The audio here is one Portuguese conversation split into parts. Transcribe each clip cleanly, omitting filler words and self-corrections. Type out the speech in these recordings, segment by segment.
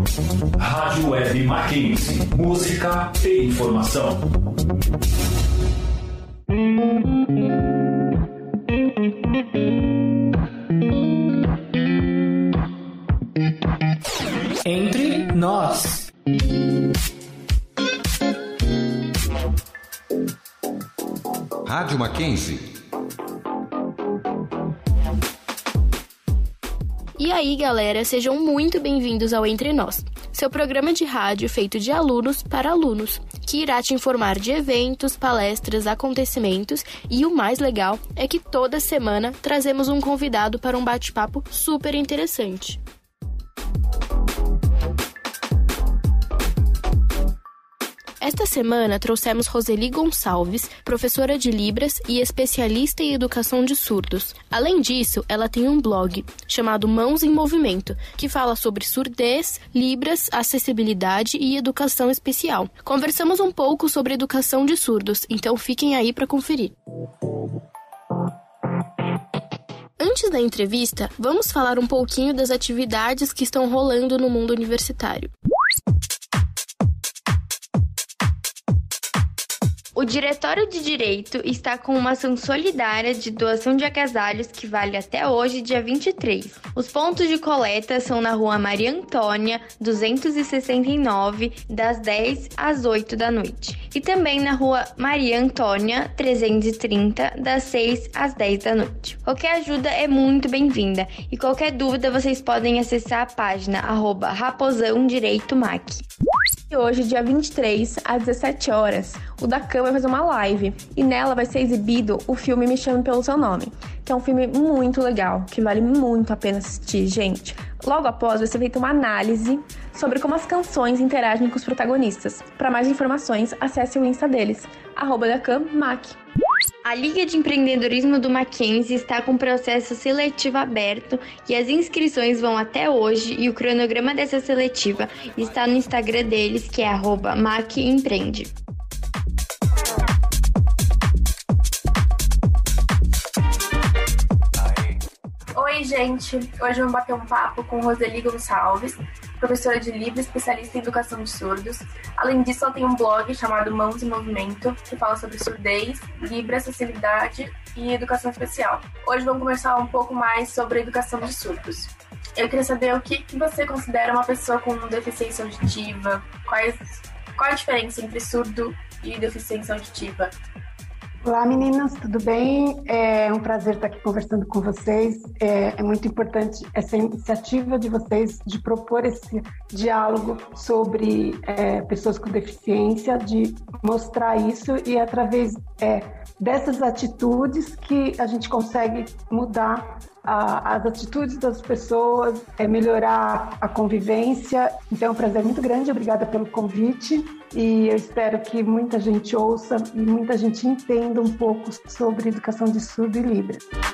Rádio Web Mackenzie. Música e informação. Entre nós. Rádio Mackenzie. E aí, galera, sejam muito bem-vindos ao Entre Nós, seu programa de rádio feito de alunos para alunos, que irá te informar de eventos, palestras, acontecimentos e o mais legal é que toda semana trazemos um convidado para um bate-papo super interessante. Esta semana trouxemos Roseli Gonçalves, professora de Libras e especialista em educação de surdos. Além disso, ela tem um blog chamado Mãos em Movimento, que fala sobre surdez, Libras, acessibilidade e educação especial. Conversamos um pouco sobre educação de surdos, então fiquem aí para conferir. Antes da entrevista, vamos falar um pouquinho das atividades que estão rolando no mundo universitário. O Diretório de Direito está com uma ação solidária de doação de agasalhos que vale até hoje, dia 23. Os pontos de coleta são na Rua Maria Antônia, 269, das 10 às 8 da noite. E também na Rua Maria Antônia, 330, das 6 às 10 da noite. Qualquer ajuda é muito bem-vinda e qualquer dúvida vocês podem acessar a página @raposãodireitomac. E hoje, dia 23, às 17 horas, o Dacan vai fazer uma live e nela vai ser exibido o filme Me Chame Pelo Seu Nome, que é um filme muito legal, que vale muito a pena assistir, gente. Logo após vai ser feita uma análise sobre como as canções interagem com os protagonistas. Para mais informações, acesse o Insta deles, @DacanMac. A Liga de Empreendedorismo do Mackenzie está com processo seletivo aberto e as inscrições vão até hoje e o cronograma dessa seletiva está no Instagram deles, que é @MacEmpreende. Oi, gente! Hoje vamos bater um papo com Roseli Gonçalves, professora de Libras, especialista em educação de surdos. Além disso, ela tem um blog chamado Mãos em Movimento, que fala sobre surdez, Libra, acessibilidade e educação especial. Hoje vamos conversar um pouco mais sobre a educação de surdos. Eu queria saber o que você considera uma pessoa com deficiência auditiva, qual a diferença entre surdo e deficiência auditiva? Olá, meninas, tudo bem? É um prazer estar aqui conversando com vocês. É muito importante essa iniciativa de vocês de propor esse diálogo sobre pessoas com deficiência, de mostrar isso e através dessas atitudes que a gente consegue mudar as atitudes das pessoas, melhorar a convivência. Então é um prazer muito grande, obrigada pelo convite e eu espero que muita gente ouça e muita gente entenda um pouco sobre educação de surdo e Libras.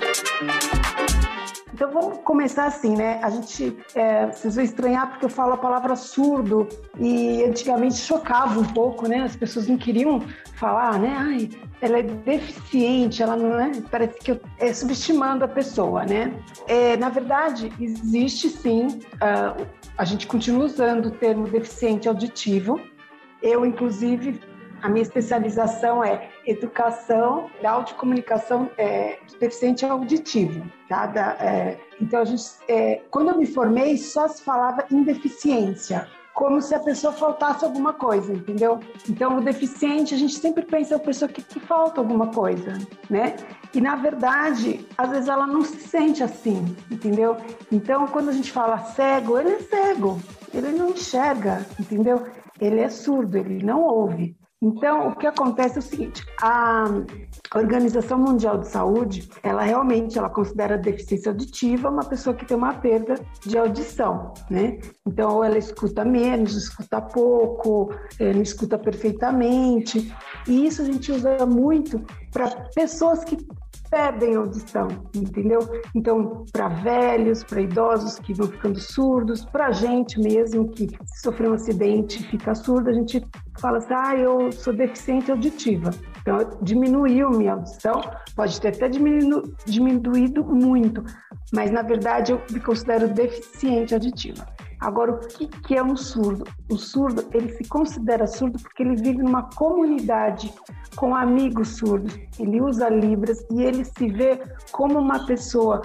Então vamos começar assim, né? A gente, vocês vão estranhar porque eu falo a palavra surdo e antigamente chocava um pouco, né? As pessoas não queriam falar, né? Ai, ela é deficiente, ela não é... Parece que eu subestimando a pessoa, né? Na verdade, existe sim, a gente continua usando o termo deficiente auditivo. Eu, inclusive, a minha especialização é educação da audiocomunicação deficiente auditivo. Tá? Então, quando eu me formei, só se falava em deficiência, como se a pessoa faltasse alguma coisa, entendeu? Então, o deficiente, a gente sempre pensa na pessoa que falta alguma coisa, né? E, na verdade, às vezes ela não se sente assim, entendeu? Então, quando a gente fala cego, ele é cego, ele não enxerga, entendeu? Ele é surdo, ele não ouve. Então, o que acontece é o seguinte, a Organização Mundial de Saúde, ela considera a deficiência auditiva uma pessoa que tem uma perda de audição, né? Então, ou ela escuta menos, escuta pouco, não escuta perfeitamente. E isso a gente usa muito para pessoas que perdem a audição, entendeu? Então, para velhos, para idosos que vão ficando surdos, para gente mesmo que sofreu um acidente e fica surdo, a gente fala assim, eu sou deficiente auditiva. Então, diminuiu minha audição, pode ter até diminuído muito, mas na verdade eu me considero deficiente auditiva. Agora, o que é um surdo? O surdo, ele se considera surdo porque ele vive numa comunidade com amigos surdos. Ele usa Libras e ele se vê como uma pessoa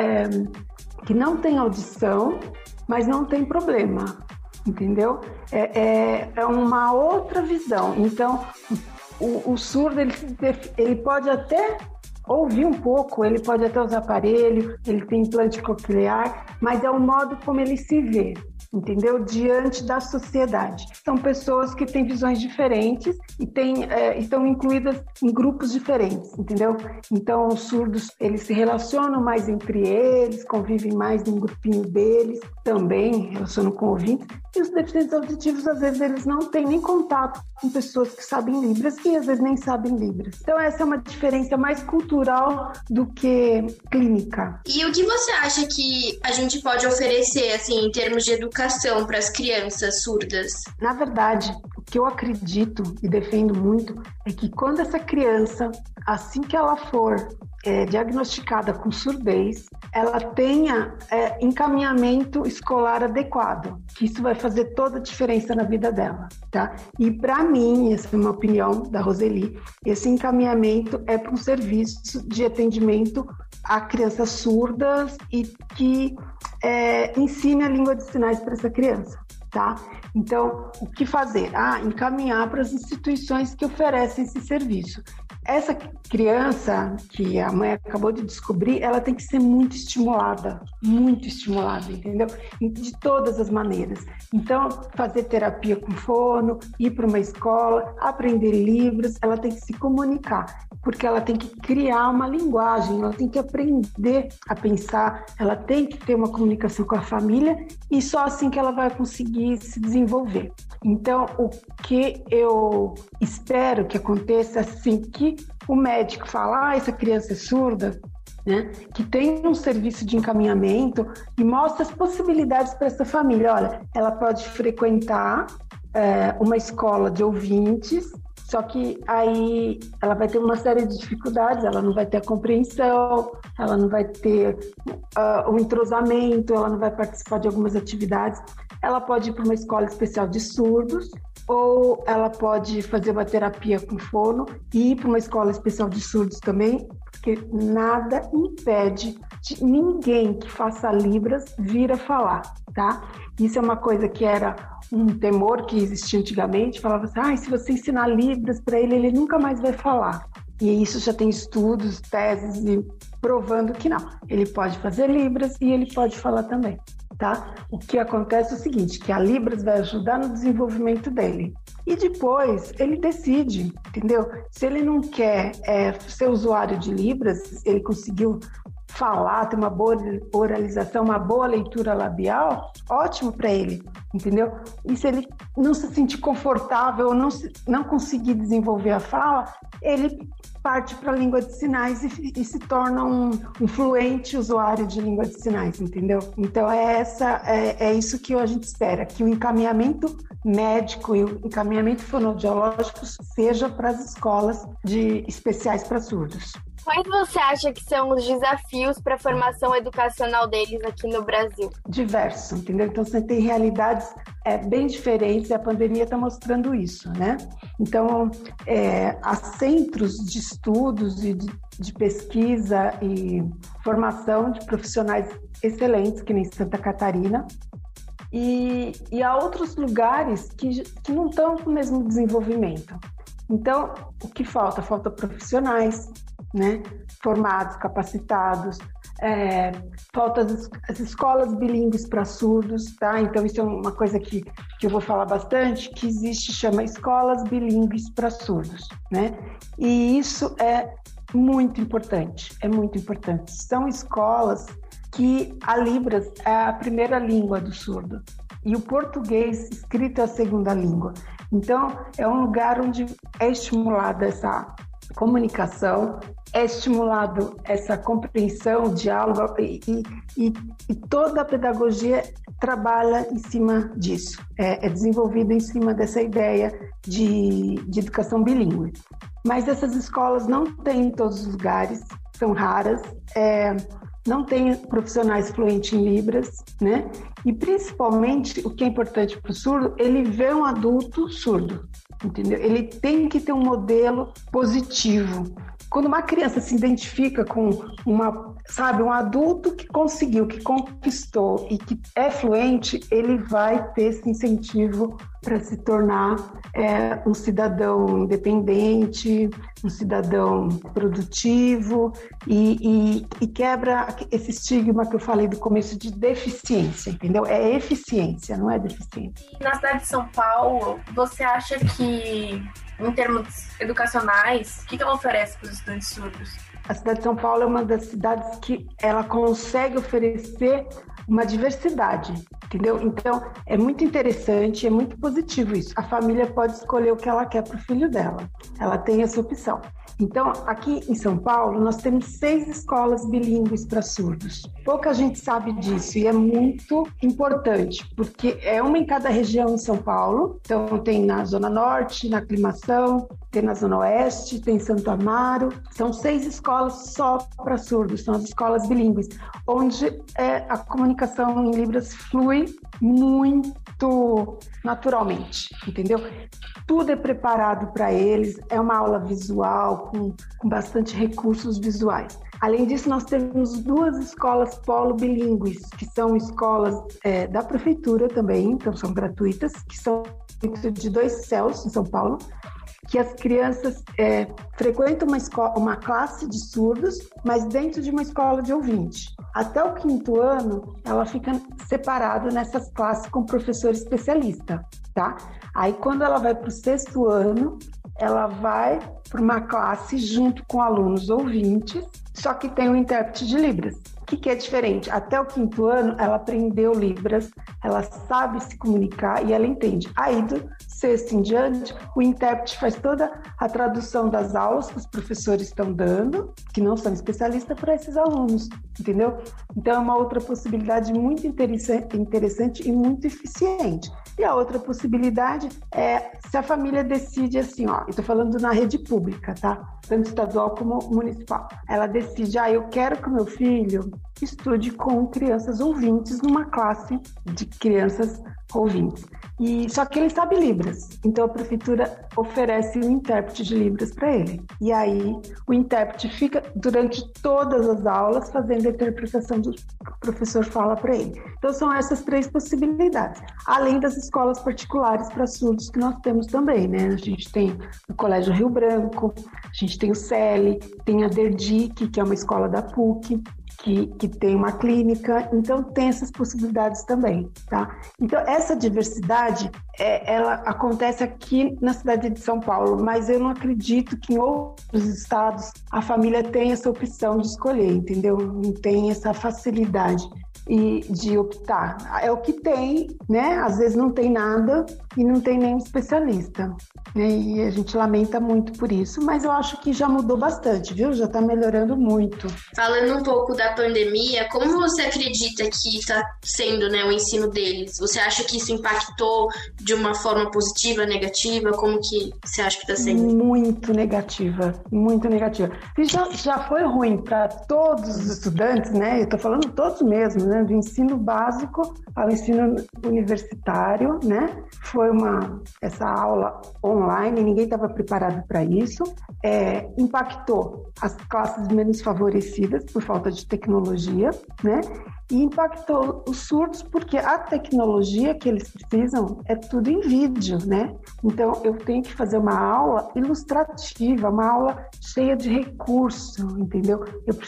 que não tem audição, mas não tem problema, entendeu? É uma outra visão. Então, o surdo, ele pode até ouvir um pouco, ele pode até usar aparelho, ele tem implante coclear, mas é o modo como ele se vê, entendeu? Diante da sociedade. São pessoas que têm visões diferentes e estão incluídas em grupos diferentes, entendeu? Então, os surdos, eles se relacionam mais entre eles, convivem mais num grupinho deles, também relacionam com ouvintes. E os deficientes auditivos, às vezes, eles não têm nem contato com pessoas que sabem Libras e, às vezes, nem sabem Libras. Então, essa é uma diferença mais cultural do que clínica. E o que você acha que a gente pode oferecer, assim, em termos de educação para as crianças surdas? Na verdade, o que eu acredito e defendo muito é que quando essa criança, assim que ela for diagnosticada com surdez, ela tenha encaminhamento escolar adequado, que isso vai fazer toda a diferença na vida dela, tá? E para mim, essa é uma opinião da Roseli, esse encaminhamento é para um serviço de atendimento a crianças surdas e que ensine a língua de sinais para essa criança, tá? Então, o que fazer? Encaminhar para as instituições que oferecem esse serviço. Essa criança que a mãe acabou de descobrir, ela tem que ser muito estimulada, entendeu? De todas as maneiras. Então, fazer terapia com fono, ir para uma escola, aprender Libras, ela tem que se comunicar, porque ela tem que criar uma linguagem, ela tem que aprender a pensar, ela tem que ter uma comunicação com a família e só assim que ela vai conseguir se desenvolver. Então, o que eu espero que aconteça assim que o médico fala, essa criança é surda, né? Que tem um serviço de encaminhamento e mostra as possibilidades para essa família. Olha, ela pode frequentar uma escola de ouvintes, só que aí ela vai ter uma série de dificuldades, ela não vai ter a compreensão, ela não vai ter o entrosamento, ela não vai participar de algumas atividades. Ela pode ir para uma escola especial de surdos, ou ela pode fazer uma terapia com fono e ir para uma escola especial de surdos também, porque nada impede de ninguém que faça Libras vir a falar, tá? Isso é uma coisa que era um temor que existia antigamente, falava assim, se você ensinar Libras para ele, ele nunca mais vai falar. E isso já tem estudos, teses provando que não. Ele pode fazer Libras e ele pode falar também. Tá? O que acontece é o seguinte, que a Libras vai ajudar no desenvolvimento dele. E depois ele decide, entendeu? Se ele não quer ser usuário de Libras, ele conseguiu falar, ter uma boa oralização, uma boa leitura labial, ótimo para ele, entendeu? E se ele não se sentir confortável ou não conseguir desenvolver a fala, ele parte para a língua de sinais e se torna um fluente usuário de língua de sinais, entendeu? Então é isso que a gente espera, que o encaminhamento médico e o encaminhamento fonoaudiológico seja para as escolas especiais para surdos. Quais você acha que são os desafios para a formação educacional deles aqui no Brasil? Diversos, entendeu? Então, você tem realidades bem diferentes e a pandemia está mostrando isso, né? Então, há centros de estudos e de pesquisa e formação de profissionais excelentes, que nem Santa Catarina, e há outros lugares que não estão com o mesmo desenvolvimento. Então, o que falta? Falta profissionais, né? Formados, capacitados, falta as escolas bilíngues para surdos, tá? Então isso é uma coisa que eu vou falar bastante, que chama escolas bilíngues para surdos, né? E isso é muito importante, São escolas que a Libras é a primeira língua do surdo e o português escrito é a segunda língua. Então é um lugar onde é estimulada essa comunicação, é estimulado essa compreensão, diálogo e toda a pedagogia trabalha em cima disso, é desenvolvida em cima dessa ideia de educação bilíngue. Mas essas escolas não tem em todos os lugares, são raras, não tem profissionais fluentes em Libras, né? E principalmente, o que é importante para o surdo, ele vê um adulto surdo, entendeu? Ele tem que ter um modelo positivo. Quando uma criança se identifica com um adulto que conseguiu, que conquistou e que é fluente, ele vai ter esse incentivo para se tornar um cidadão independente, um cidadão produtivo e quebra esse estigma que eu falei do começo de deficiência, entendeu? É eficiência, não é deficiência. Na cidade de São Paulo, você acha que, em termos educacionais, o que ela oferece para os estudantes surdos? A cidade de São Paulo é uma das cidades que ela consegue oferecer uma diversidade, entendeu? Então, é muito interessante, é muito positivo isso. A família pode escolher o que ela quer para o filho dela. Ela tem essa opção. Então, aqui em São Paulo, nós temos 6 escolas bilíngues para surdos. Pouca gente sabe disso e é muito importante, porque é uma em cada região em São Paulo. Então, tem na Zona Norte, na Aclimação, tem na Zona Oeste, tem em Santo Amaro. São 6 escolas só para surdos, são as escolas bilíngues, onde a comunicação em Libras flui muito naturalmente, entendeu? Tudo é preparado para eles, é uma aula visual com bastante recursos visuais. Além disso, nós temos 2 escolas polo bilíngues, que são escolas da prefeitura também, então são gratuitas, que são de 2 CELs em São Paulo, que as crianças frequentam uma classe de surdos, mas dentro de uma escola de ouvinte. Até o 5º ano, ela fica separada nessas classes com professor especialista, tá? Aí, quando ela vai para o 6º ano, ela vai para uma classe junto com alunos ouvintes, só que tem um intérprete de Libras. O que é diferente? Até o 5º ano, ela aprendeu Libras, ela sabe se comunicar e ela entende. Aí, do 6º em diante, o intérprete faz toda a tradução das aulas que os professores estão dando, que não são especialistas, para esses alunos, entendeu? Então, é uma outra possibilidade muito interessante e muito eficiente. E a outra possibilidade é se a família decide assim, eu estou falando na rede pública, tá? Tanto estadual como municipal. Ela decide, eu quero que o meu filho estude com crianças ouvintes numa classe de crianças ouvintes. Só que ele sabe Libras, então a prefeitura oferece um intérprete de Libras para ele. E aí o intérprete fica durante todas as aulas fazendo a interpretação do que o professor fala para ele. Então são essas 3 possibilidades, além das escolas particulares para surdos que nós temos também, né? A gente tem o Colégio Rio Branco, a gente tem o CELI, tem a DERDIC, que é uma escola da PUC, que tem uma clínica, então tem essas possibilidades também, tá? Então essa diversidade, ela acontece aqui na cidade de São Paulo, mas eu não acredito que em outros estados a família tenha essa opção de escolher, entendeu? Não tem essa facilidade de optar. É o que tem, né? Às vezes não tem nada e não tem nenhum especialista, né? E a gente lamenta muito por isso, mas eu acho que já mudou bastante, viu? Já está melhorando muito. Falando um pouco da pandemia, como você acredita que está sendo, né, o ensino deles? Você acha que isso impactou de uma forma positiva, negativa? Como que você acha que está sendo? Muito negativa, muito negativa. E já foi ruim para todos os estudantes, né? Eu estou falando todos mesmo, né? Do ensino básico ao ensino universitário, né? Foi essa aula online, ninguém estava preparado para isso. Impactou as classes menos favorecidas por falta de tecnologia, né? E impactou os surdos porque a tecnologia que eles precisam é tudo em vídeo, né? Então, eu tenho que fazer uma aula ilustrativa, uma aula cheia de recurso, entendeu?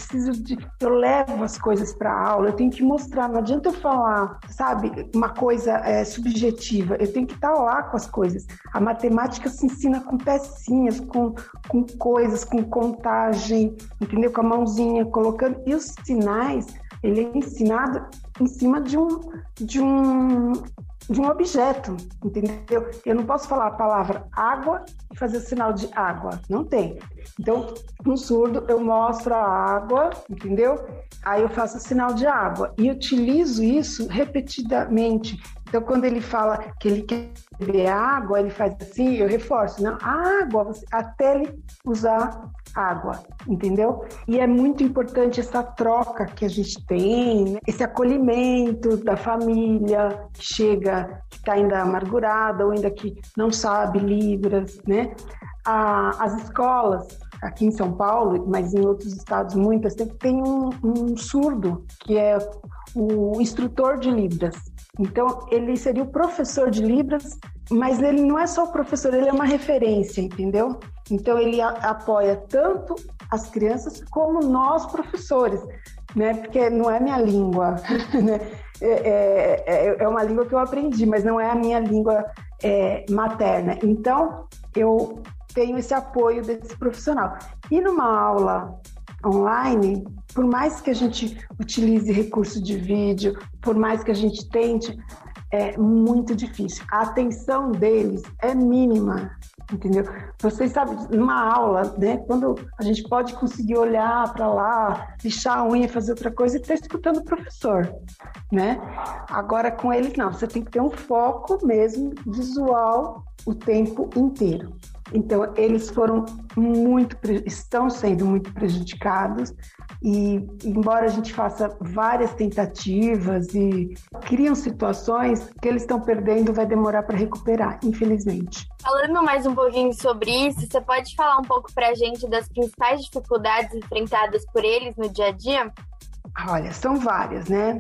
Eu levo as coisas para a aula, eu tenho que mostrar, não adianta eu falar, sabe, uma coisa subjetiva, eu tenho que estar lá com as coisas. A matemática se ensina com pecinhas, com coisas, com contagem, entendeu? Com a mãozinha, colocando, e os sinais, ele é ensinado em cima de um objeto, entendeu? Eu não posso falar a palavra água e fazer o sinal de água, não tem. Então, no surdo, eu mostro a água, entendeu? Aí eu faço o sinal de água e utilizo isso repetidamente. Então, Então, quando ele fala que ele quer beber água, ele faz assim, eu reforço, não, água, até ele usar água, entendeu? E é muito importante essa troca que a gente tem, né? Esse acolhimento da família que chega, que está ainda amargurada ou ainda que não sabe Libras, né? As escolas, aqui em São Paulo, mas em outros estados muitas, tem um surdo que é o instrutor de Libras. Então, ele seria o professor de Libras, mas ele não é só o professor, ele é uma referência, entendeu? Então, ele apoia tanto as crianças como nós, professores, né? Porque não é minha língua, né? É uma língua que eu aprendi, mas não é a minha língua materna. Então, eu tenho esse apoio desse profissional. E numa aula online, por mais que a gente utilize recurso de vídeo, por mais que a gente tente, é muito difícil. A atenção deles é mínima, entendeu? Vocês sabem, numa aula, né, quando a gente pode conseguir olhar para lá, lixar a unha, fazer outra coisa e estar escutando o professor, né? Agora, com eles, não. Você tem que ter um foco mesmo visual o tempo inteiro. Então, eles estão sendo muito prejudicados e, embora a gente faça várias tentativas e criam situações que eles estão perdendo, vai demorar para recuperar, infelizmente. Falando mais um pouquinho sobre isso, você pode falar um pouco para a gente das principais dificuldades enfrentadas por eles no dia a dia? Olha, são várias, né?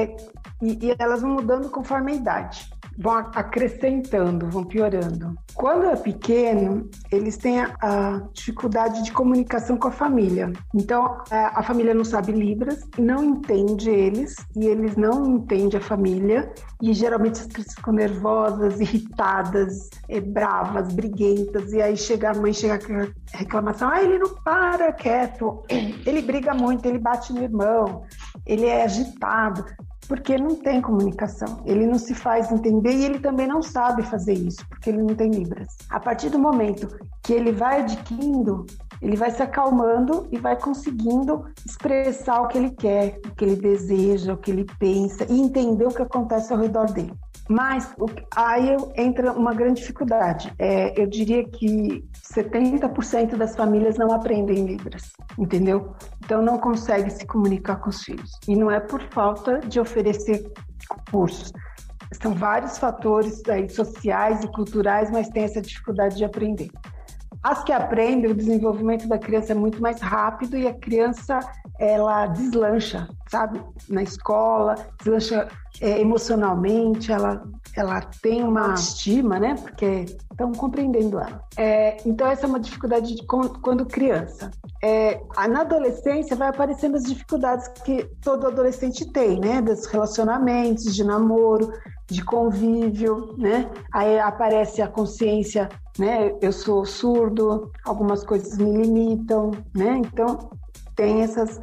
E elas vão mudando conforme a idade. Vão acrescentando, vão piorando. Quando é pequeno, eles têm a dificuldade de comunicação com a família. Então, a família não sabe Libras, não entende eles, e eles não entendem a família, e geralmente as crianças ficam nervosas, irritadas, bravas, briguentas, e aí a mãe chega com reclamação, ele não para quieto, ele briga muito, ele bate no irmão, ele é agitado. Porque não tem comunicação, ele não se faz entender e ele também não sabe fazer isso, porque ele não tem Libras. A partir do momento que ele vai adquirindo, ele vai se acalmando e vai conseguindo expressar o que ele quer, o que ele deseja, o que ele pensa e entender o que acontece ao redor dele. Mas aí entra uma grande dificuldade. Eu diria que 70% das famílias não aprendem Libras, entendeu? Então não consegue se comunicar com os filhos. E não é por falta de oferecer cursos. São vários fatores aí, sociais e culturais, mas tem essa dificuldade de aprender. As que aprendem, o desenvolvimento da criança é muito mais rápido e a criança, ela deslancha, sabe? Na escola, deslancha emocionalmente, ela tem uma estima, né? Porque estão compreendendo ela. Então, essa é uma dificuldade quando criança. Na adolescência, vai aparecendo as dificuldades que todo adolescente tem, né? Dos relacionamentos, de namoro, de convívio, né? Aí aparece a consciência, né? Eu sou surdo, algumas coisas me limitam, né? Então, tem essas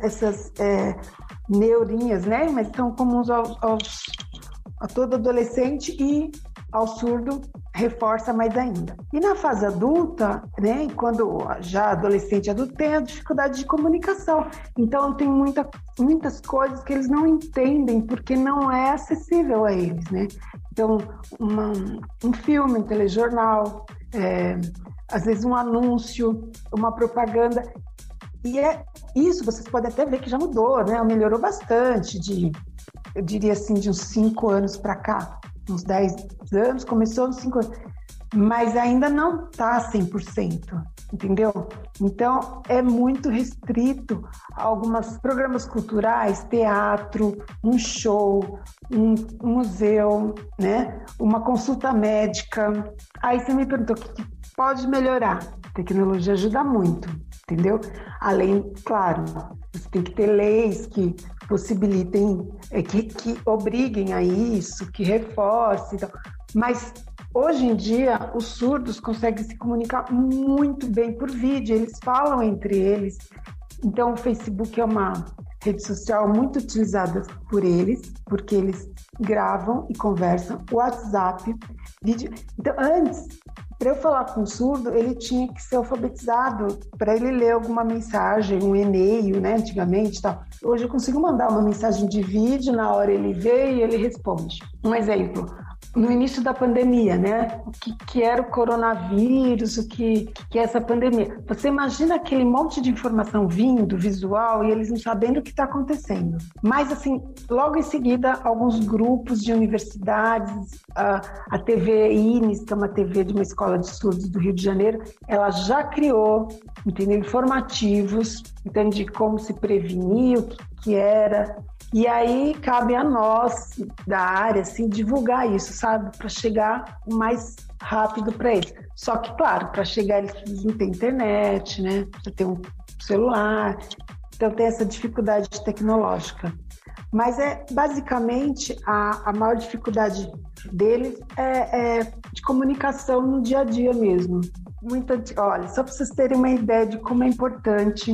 neurinhas, né? Mas são comuns a todo adolescente e ao surdo reforça mais ainda. E na fase adulta, né? Quando já adolescente e adulto, tem a dificuldade de comunicação. Então, tem muitas coisas que eles não entendem porque não é acessível a eles, né? Então, um filme, um telejornal, às vezes um anúncio, uma propaganda. E isso, vocês podem até ver que já mudou, né? Melhorou bastante, eu diria assim, de uns 5 anos para cá, uns 10 anos, começou uns 5 anos, mas ainda não está 100%, entendeu? Então, é muito restrito a alguns programas culturais, teatro, um show, um museu, né? Uma consulta médica. Aí você me perguntou o que pode melhorar. A tecnologia ajuda muito, entendeu? Além, claro, você tem que ter leis que possibilitem, que obriguem a isso, que reforcem. Então. Mas, hoje em dia, os surdos conseguem se comunicar muito bem por vídeo, eles falam entre eles. Então, o Facebook é uma rede social muito utilizada por eles, porque eles gravam e conversam. O WhatsApp, vídeo. Então, antes, para eu falar com o surdo, ele tinha que ser alfabetizado para ele ler alguma mensagem, um e-mail, né, antigamente, tal. Hoje eu consigo mandar uma mensagem de vídeo, na hora ele vê e ele responde. Um exemplo, no início da pandemia, né? O que era o coronavírus, o que é essa pandemia. Você imagina aquele monte de informação vindo, visual, e eles não sabendo o que está acontecendo. Mas, assim, logo em seguida, alguns grupos de universidades, a TV INES, que é uma TV de uma escola de surdos do Rio de Janeiro, ela já criou, entendeu, informativos, então, de como se prevenir, o que era. E aí cabe a nós, da área, assim, divulgar isso, sabe? Para chegar o mais rápido para eles. Só que, claro, para chegar eles precisam ter internet, né? Precisa ter um celular. Então tem essa dificuldade tecnológica. Mas basicamente a maior dificuldade deles é de comunicação no dia a dia mesmo. Olha, só para vocês terem uma ideia de como é importante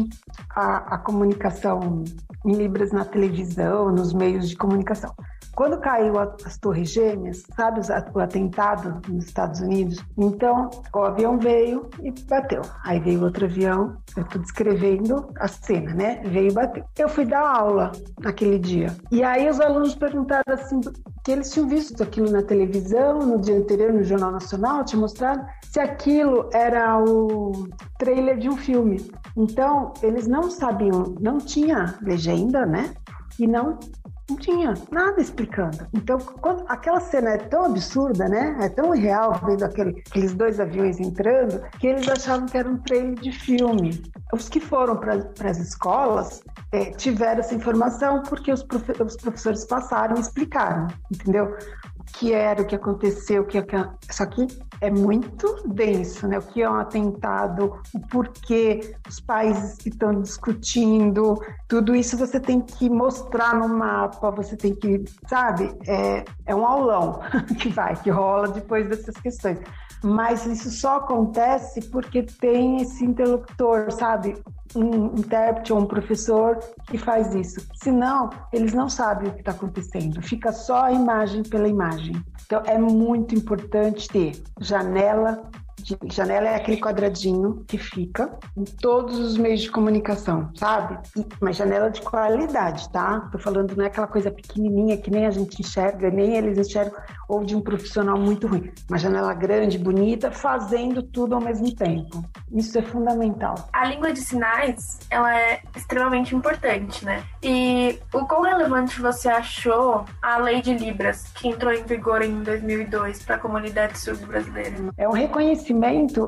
a comunicação em Libras na televisão, nos meios de comunicação. Quando caiu as Torres Gêmeas, sabe o atentado nos Estados Unidos? Então, o avião veio e bateu. Aí veio outro avião, eu estou descrevendo a cena, né? Veio e bateu. Eu fui dar aula naquele dia. E aí os alunos perguntaram assim, que eles tinham visto aquilo na televisão, no dia anterior, no Jornal Nacional, tinha mostrado se aquilo era o trailer de um filme. Então, eles não sabiam, não tinha legenda, né? E não tinha nada explicando. Então, quando aquela cena é tão absurda, né? É tão irreal, vendo aqueles dois aviões entrando, que eles achavam que era um trailer de filme. Os que foram para as escolas tiveram essa informação porque os professores passaram e explicaram, entendeu? O que era, o que aconteceu, só que é muito denso, né? O que é um atentado, o porquê, os países que estão discutindo, tudo isso você tem que mostrar no mapa, você tem que, sabe? É um aulão que rola depois dessas questões. Mas isso só acontece porque tem esse interlocutor, sabe? Um intérprete ou um professor que faz isso. Senão, eles não sabem o que está acontecendo. Fica só a imagem pela imagem. Então, é muito importante ter janela. Janela é aquele quadradinho que fica em todos os meios de comunicação, sabe? Mas janela de qualidade, tá? Tô falando, não é aquela coisa pequenininha que nem a gente enxerga, nem eles enxergam, ou de um profissional muito ruim. Uma janela grande, bonita, fazendo tudo ao mesmo tempo. Isso é fundamental. A língua de sinais, ela é extremamente importante, né? E o quão relevante você achou a Lei de Libras, que entrou em vigor em 2002 para a comunidade surda brasileira? É um reconhecimento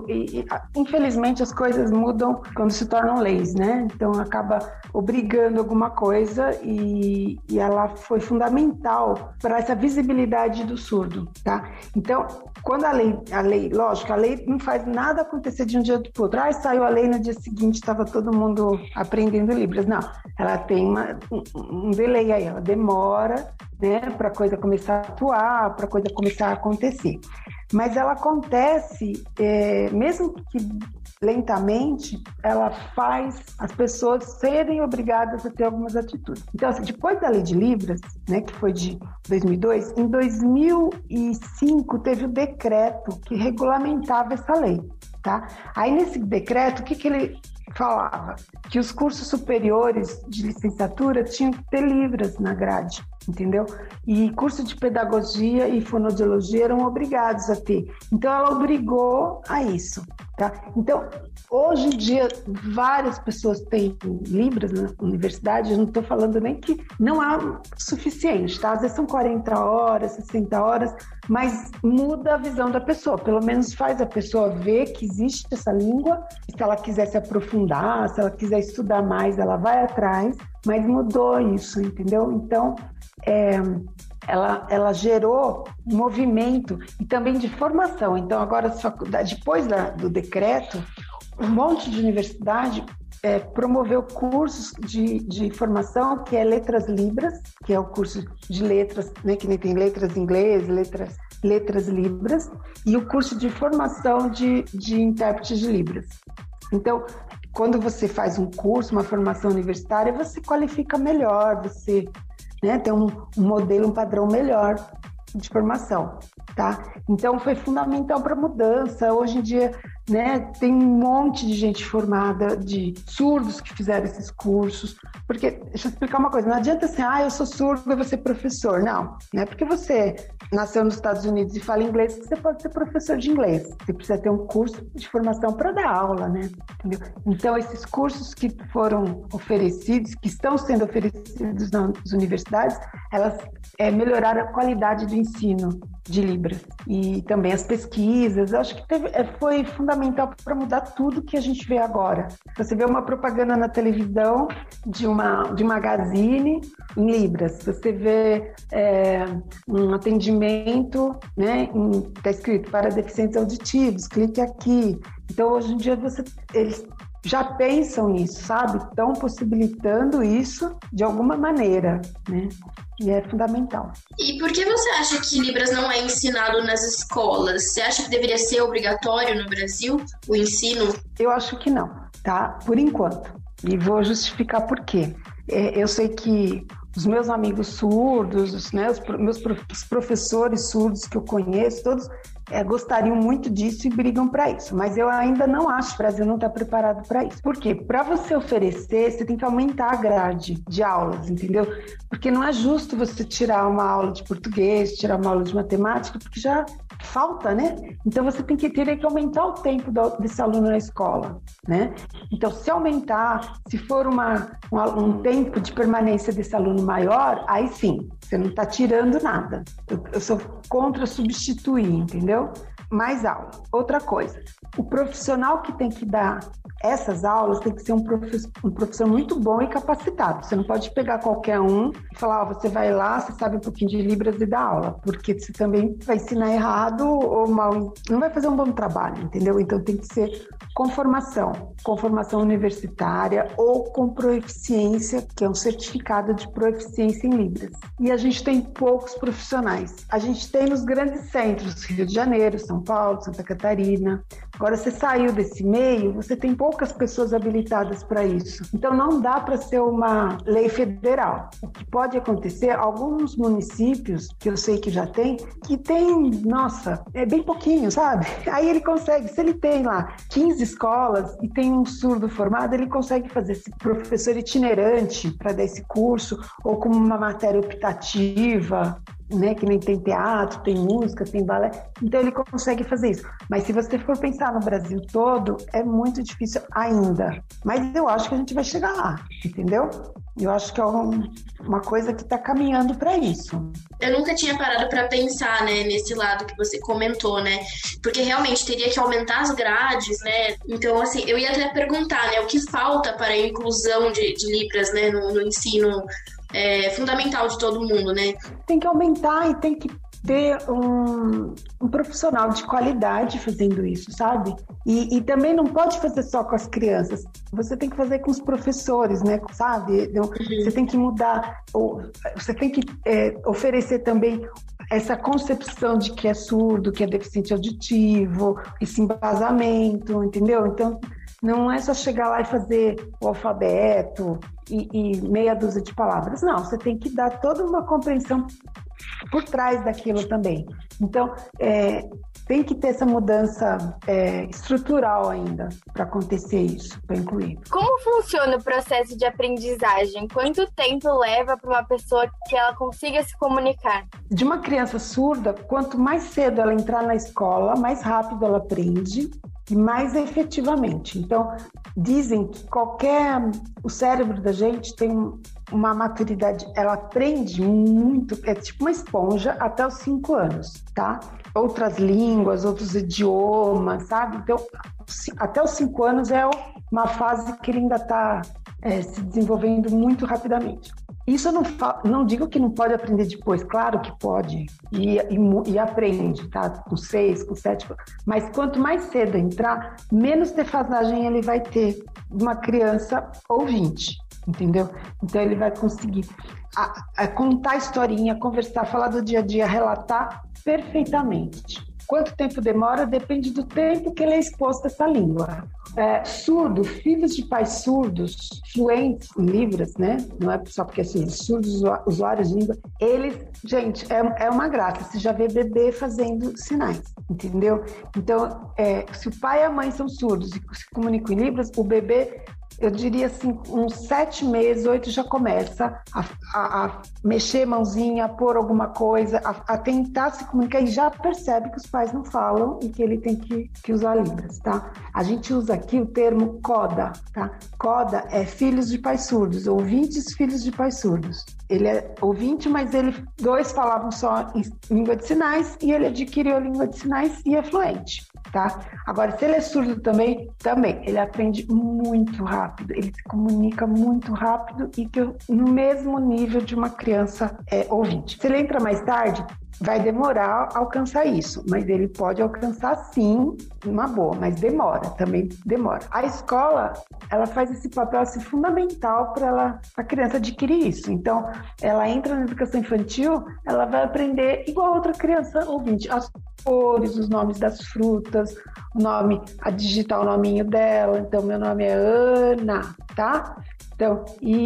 e infelizmente as coisas mudam quando se tornam leis, né? Então acaba obrigando alguma coisa e ela foi fundamental para essa visibilidade do surdo, tá? Então, quando a lei, lógico, a lei não faz nada acontecer de um dia para o outro. Saiu a lei, no dia seguinte estava todo mundo aprendendo Libras. Não, ela tem um delay aí, ela demora, né, para a coisa começar a atuar, para a coisa começar a acontecer. Mas ela acontece, mesmo que lentamente, ela faz as pessoas serem obrigadas a ter algumas atitudes. Então, assim, depois da Lei de Libras, né, que foi de 2002, em 2005 teve o decreto que regulamentava essa lei, tá? Aí nesse decreto, o que ele falava? Que os cursos superiores de licenciatura tinham que ter Libras na grade, entendeu? E curso de pedagogia e fonoaudiologia eram obrigados a ter. Então, ela obrigou a isso, tá? Então, hoje em dia, várias pessoas têm Libras na universidade, eu não estou falando nem que não há suficiente, tá? Às vezes são 40 horas, 60 horas, mas muda a visão da pessoa, pelo menos faz a pessoa ver que existe essa língua, se ela quiser se aprofundar, se ela quiser estudar mais, ela vai atrás, mas mudou isso, entendeu? Então, ela gerou um movimento e também de formação. Então, agora, depois do decreto, um monte de universidade promoveu cursos de formação, que é Letras Libras, que é o curso de letras, né, que nem tem letras em inglês, letras Libras, e o curso de formação de intérpretes de Libras. Então, quando você faz um curso, uma formação universitária, você qualifica melhor, você, né, tem um modelo, um padrão melhor. de formação, tá? Então foi fundamental para a mudança. Hoje em dia, né, tem um monte de gente formada, de surdos que fizeram esses cursos, porque, deixa eu explicar uma coisa, não adianta assim, eu sou surdo e vou ser professor. Não é porque você nasceu nos Estados Unidos e fala inglês que você pode ser professor de inglês. Você precisa ter um curso de formação para dar aula, né? Entendeu? Então, esses cursos que foram oferecidos, que estão sendo oferecidos nas universidades, elas melhoraram a qualidade do ensino de Libras e também as pesquisas. Eu acho que foi fundamental para mudar tudo que a gente vê agora. Você vê uma propaganda na televisão de magazine em Libras, você vê um atendimento, né, está escrito para deficientes auditivos, clique aqui. Então, hoje em dia, eles já pensam nisso, sabe? Estão possibilitando isso de alguma maneira, né? E é fundamental. E por que você acha que Libras não é ensinado nas escolas? Você acha que deveria ser obrigatório no Brasil o ensino? Eu acho que não, tá? Por enquanto. E vou justificar por quê. Eu sei que os meus amigos surdos, né, os professores surdos que eu conheço, todos gostariam muito disso e brigam para isso. Mas eu ainda não acho que o Brasil não está preparado para isso. Por quê? Para você oferecer, você tem que aumentar a grade de aulas, entendeu? Porque não é justo você tirar uma aula de português, tirar uma aula de matemática, porque já falta, né? Então você teria que aumentar o tempo desse aluno na escola, né? Então, se aumentar, se for um tempo de permanência desse aluno maior, aí sim, você não está tirando nada. Eu sou contra substituir, entendeu? Mais aula. Outra coisa, o profissional que tem que dar essas aulas tem que ser um professor muito bom e capacitado. Você não pode pegar qualquer um e falar, você vai lá, você sabe um pouquinho de Libras e dá aula, porque você também vai ensinar errado ou mal, não vai fazer um bom trabalho, entendeu? Então tem que ser com formação universitária ou com proeficiência, que é um certificado de proeficiência em Libras. E a gente tem poucos profissionais. A gente tem nos grandes centros, Rio de Janeiro, São Paulo, Santa Catarina. Agora, você saiu desse meio, você tem poucas pessoas habilitadas para isso. Então, não dá para ser uma lei federal. O que pode acontecer, alguns municípios, que eu sei que já tem, que tem, nossa, é bem pouquinho, sabe? Aí ele consegue, se ele tem lá 15 escolas e tem um surdo formado, ele consegue fazer esse professor itinerante para dar esse curso, ou como uma matéria optativa, né, que nem tem teatro, tem música, tem balé, então ele consegue fazer isso. Mas se você for pensar no Brasil todo, é muito difícil ainda. Mas eu acho que a gente vai chegar lá, entendeu? Eu acho que é uma coisa que está caminhando para isso. Eu nunca tinha parado para pensar, né, nesse lado que você comentou, né? Porque realmente teria que aumentar as grades, né? Então, assim, eu ia até perguntar, né, o que falta para a inclusão de Libras, né, no ensino fundamental de todo mundo, né? Tem que aumentar e tem que ter um profissional de qualidade fazendo isso, sabe? E também não pode fazer só com as crianças, você tem que fazer com os professores, né? Sabe? Você tem que mudar, você tem que oferecer também essa concepção de que é surdo, que é deficiente auditivo, esse embasamento, entendeu? Então, não é só chegar lá e fazer o alfabeto e meia dúzia de palavras. Não, você tem que dar toda uma compreensão por trás daquilo também. Então, tem que ter essa mudança estrutural ainda para acontecer isso, para incluir. Como funciona o processo de aprendizagem? Quanto tempo leva para uma pessoa que ela consiga se comunicar? De uma criança surda, quanto mais cedo ela entrar na escola, mais rápido ela aprende e mais efetivamente. Então, dizem que o cérebro da gente tem uma maturidade, ela aprende muito, é tipo uma esponja até os 5 anos, tá? Outras línguas, outros idiomas, sabe? Então, até os 5 anos é uma fase que ele ainda está se desenvolvendo muito rapidamente. Isso eu não digo que não pode aprender depois, claro que pode, e aprende, tá? Com 6, com 7, mas quanto mais cedo entrar, menos defasagem ele vai ter de uma criança ouvinte, entendeu? Então ele vai conseguir contar a historinha, conversar, falar do dia a dia, relatar perfeitamente. Quanto tempo demora depende do tempo que ele é exposto a essa língua. Surdo, filhos de pais surdos, fluentes em Libras, né? Não é só porque é surdos, usuários de língua. Eles, gente, é uma graça. Você já vê bebê fazendo sinais, entendeu? Então, se o pai e a mãe são surdos e se comunicam em Libras, o bebê, eu diria assim, uns 7 meses, 8 já começa a mexer mãozinha, a pôr alguma coisa, a tentar se comunicar e já percebe que os pais não falam e que ele tem que usar Libras, tá? A gente usa aqui o termo CODA, tá? CODA é filhos de pais surdos, ouvintes filhos de pais surdos. Ele é ouvinte, mas dois falavam só em língua de sinais e ele adquiriu a língua de sinais e é fluente, tá? Agora, se ele é surdo também, ele aprende muito rápido, ele se comunica muito rápido e no mesmo nível de uma criança ouvinte. Se ele entra mais tarde, vai demorar a alcançar isso, mas ele pode alcançar sim, uma boa, mas também demora. A escola, ela faz esse papel assim, fundamental para a criança adquirir isso. Então, ela entra na educação infantil, ela vai aprender igual outra criança ouvinte, as cores, os nomes das frutas, a digitar o nominho dela. Então, meu nome é Ana, tá? Então,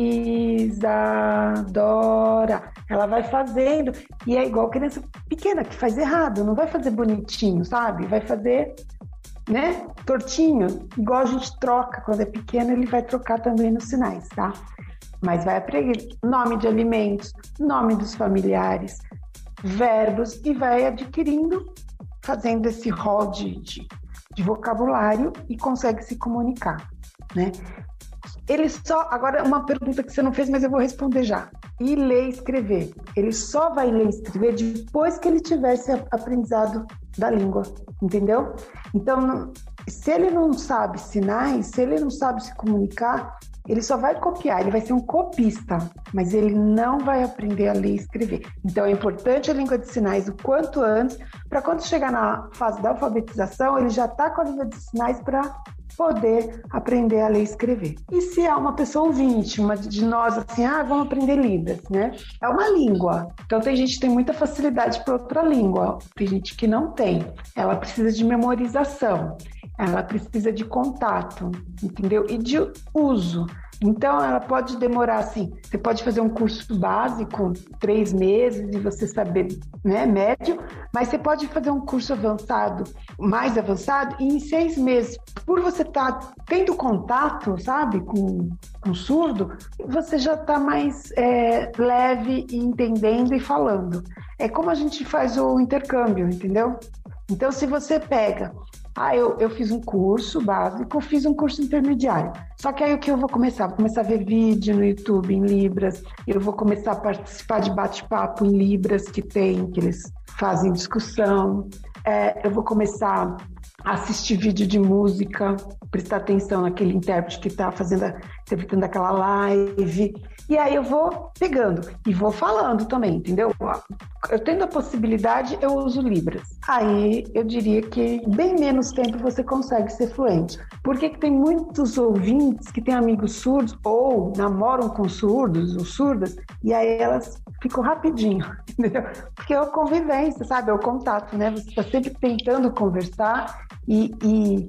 Isadora, ela vai fazendo, e é igual criança pequena que faz errado, não vai fazer bonitinho, sabe? Vai fazer, né, tortinho, igual a gente troca, quando é pequeno ele vai trocar também nos sinais, tá? Mas vai aprender nome de alimentos, nome dos familiares, verbos, e vai adquirindo, fazendo esse rol de vocabulário e consegue se comunicar, né? Agora uma pergunta que você não fez, mas eu vou responder já. E ler e escrever. Ele só vai ler e escrever depois que ele tivesse aprendizado da língua, entendeu? Então, se ele não sabe sinais, se ele não sabe se comunicar, ele só vai copiar, ele vai ser um copista, mas ele não vai aprender a ler e escrever. Então, é importante a língua de sinais o quanto antes, para quando chegar na fase da alfabetização, ele já está com a língua de sinais para poder aprender a ler e escrever. E se é uma pessoa ouvinte, uma de nós, assim, vamos aprender Libras, né? É uma língua. Então, tem gente que tem muita facilidade para outra língua, tem gente que não tem. Ela precisa de memorização, ela precisa de contato, entendeu? E de uso. Então, ela pode demorar, assim, você pode fazer um curso básico, 3 meses, e você saber, né, médio, mas você pode fazer um curso avançado, mais avançado, e em 6 meses. Por você estar tendo contato, sabe, com surdo, você já está mais leve e entendendo e falando. É como a gente faz o intercâmbio, entendeu? Então, se você pega... eu fiz um curso básico, fiz um curso intermediário. Só que aí o que eu vou começar? Vou começar a ver vídeo no YouTube em Libras, eu vou começar a participar de bate-papo em Libras que eles fazem discussão, eu vou começar a assistir vídeo de música, prestar atenção naquele intérprete que está interpretando aquela live, e aí eu vou pegando e vou falando também, entendeu? Eu tendo a possibilidade, eu uso Libras. Aí eu diria que bem menos tempo você consegue ser fluente. Porque tem muitos ouvintes que têm amigos surdos ou namoram com surdos ou surdas, e aí elas ficam rapidinho, entendeu? Porque é a convivência, sabe? É o contato, né? Você está sempre tentando conversar e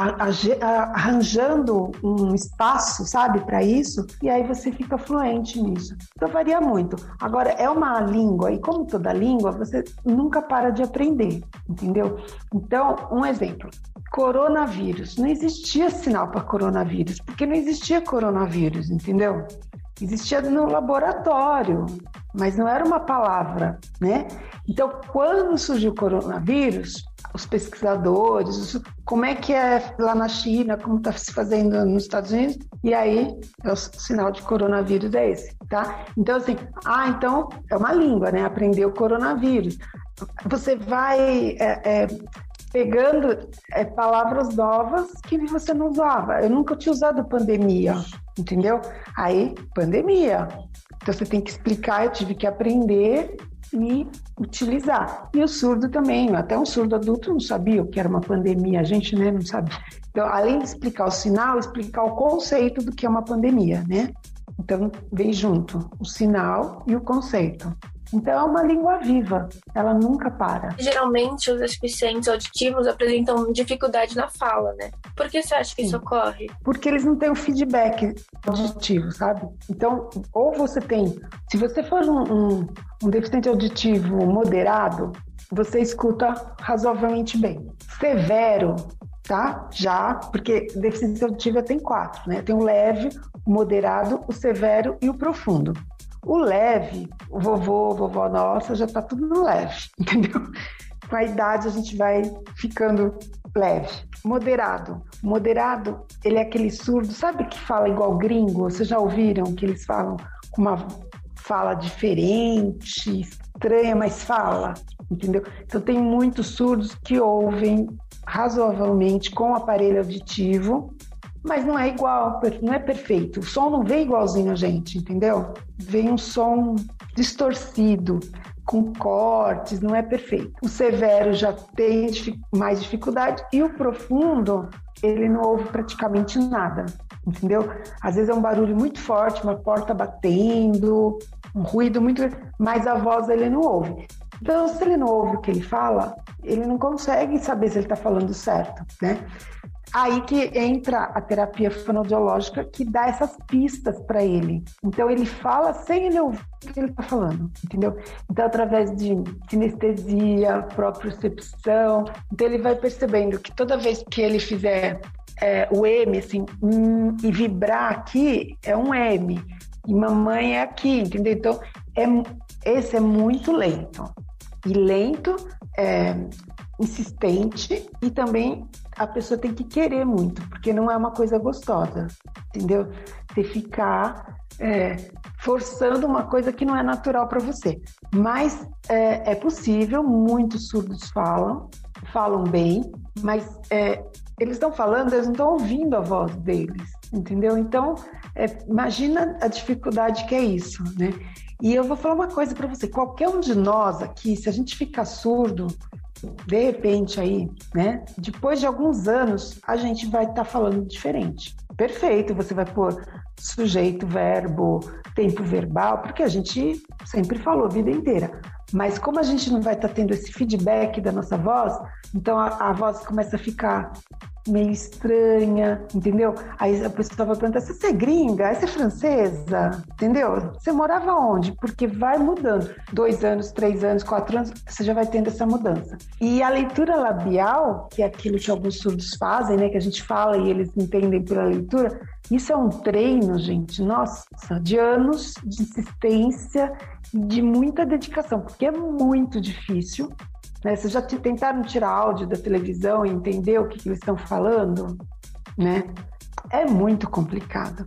arranjando um espaço, sabe, para isso, e aí você fica fluente nisso. Então varia muito. Agora, é uma língua, e como toda língua, você nunca para de aprender, entendeu? Então, um exemplo, coronavírus. Não existia sinal para coronavírus, porque não existia coronavírus, entendeu? Existia no laboratório, mas não era uma palavra, né? Então, quando surgiu o coronavírus, os pesquisadores, como é que é lá na China, como está se fazendo nos Estados Unidos, e aí o sinal de coronavírus é esse, tá? Então, assim, então é uma língua, né? Aprender o coronavírus. Você vai pegando palavras novas que você não usava. Eu nunca tinha usado pandemia, entendeu? Aí, pandemia. Então, você tem que explicar, eu tive que aprender e utilizar. E o surdo também, até um surdo adulto não sabia o que era uma pandemia, a gente, né, não sabe. Então, além de explicar o sinal, explicar o conceito do que é uma pandemia, né? Então, vem junto o sinal e o conceito. Então é uma língua viva, ela nunca para. Geralmente os deficientes auditivos apresentam dificuldade na fala, né? Por que você acha que isso ocorre? Porque eles não têm o feedback auditivo, sabe? Então, ou você tem... Se você for um deficiente auditivo moderado, você escuta razoavelmente bem. Severo, tá? Já, porque deficiência auditiva tem 4, né? Tem o leve, o moderado, o severo e o profundo. O leve, o vovó nossa, já tá tudo no leve, entendeu? Com a idade a gente vai ficando leve. Moderado, ele é aquele surdo, sabe que fala igual gringo? Vocês já ouviram que eles falam com uma fala diferente, estranha, mas fala, entendeu? Então tem muitos surdos que ouvem razoavelmente com o aparelho auditivo, mas não é igual, não é perfeito. O som não vem igualzinho a gente, entendeu? Vem um som distorcido, com cortes, não é perfeito. O severo já tem mais dificuldade e o profundo, ele não ouve praticamente nada, entendeu? Às vezes é um barulho muito forte, uma porta batendo, um ruído muito... mas a voz ele não ouve. Então, se ele não ouve o que ele fala, ele não consegue saber se ele está falando certo, né? Aí que entra a terapia fonoaudiológica, que dá essas pistas para ele. Então, ele fala sem ele ouvir o que ele está falando, entendeu? Então, através de sinestesia, propriocepção, então ele vai percebendo que toda vez que ele fizer o M, assim, e vibrar aqui, é um M, e mamãe é aqui, entendeu? Então, esse é muito lento. E lento, insistente, e também a pessoa tem que querer muito, porque não é uma coisa gostosa, entendeu? Você ficar forçando uma coisa que não é natural para você. Mas é possível, muitos surdos falam bem, mas eles estão falando, eles não estão ouvindo a voz deles, entendeu? Então, imagina a dificuldade que é isso, né? E eu vou falar uma coisa para você, qualquer um de nós aqui, se a gente ficar surdo, de repente aí, né? Depois de alguns anos, a gente vai estar falando diferente. Perfeito, você vai pôr sujeito, verbo, tempo verbal, porque a gente sempre falou a vida inteira. Mas como a gente não vai estar tendo esse feedback da nossa voz, então a voz começa a ficar meio estranha, entendeu? Aí a pessoa vai perguntar, você é gringa? Você é francesa? Entendeu? Você morava onde? Porque vai mudando. 2 anos, 3 anos, 4 anos, você já vai tendo essa mudança. E a leitura labial, que é aquilo que alguns surdos fazem, né? Que a gente fala e eles entendem pela leitura, isso é um treino, gente, nossa, de anos de insistência e de muita dedicação, porque é muito difícil. Vocês já tentaram tirar áudio da televisão e entender o que eles estão falando, né? É muito complicado.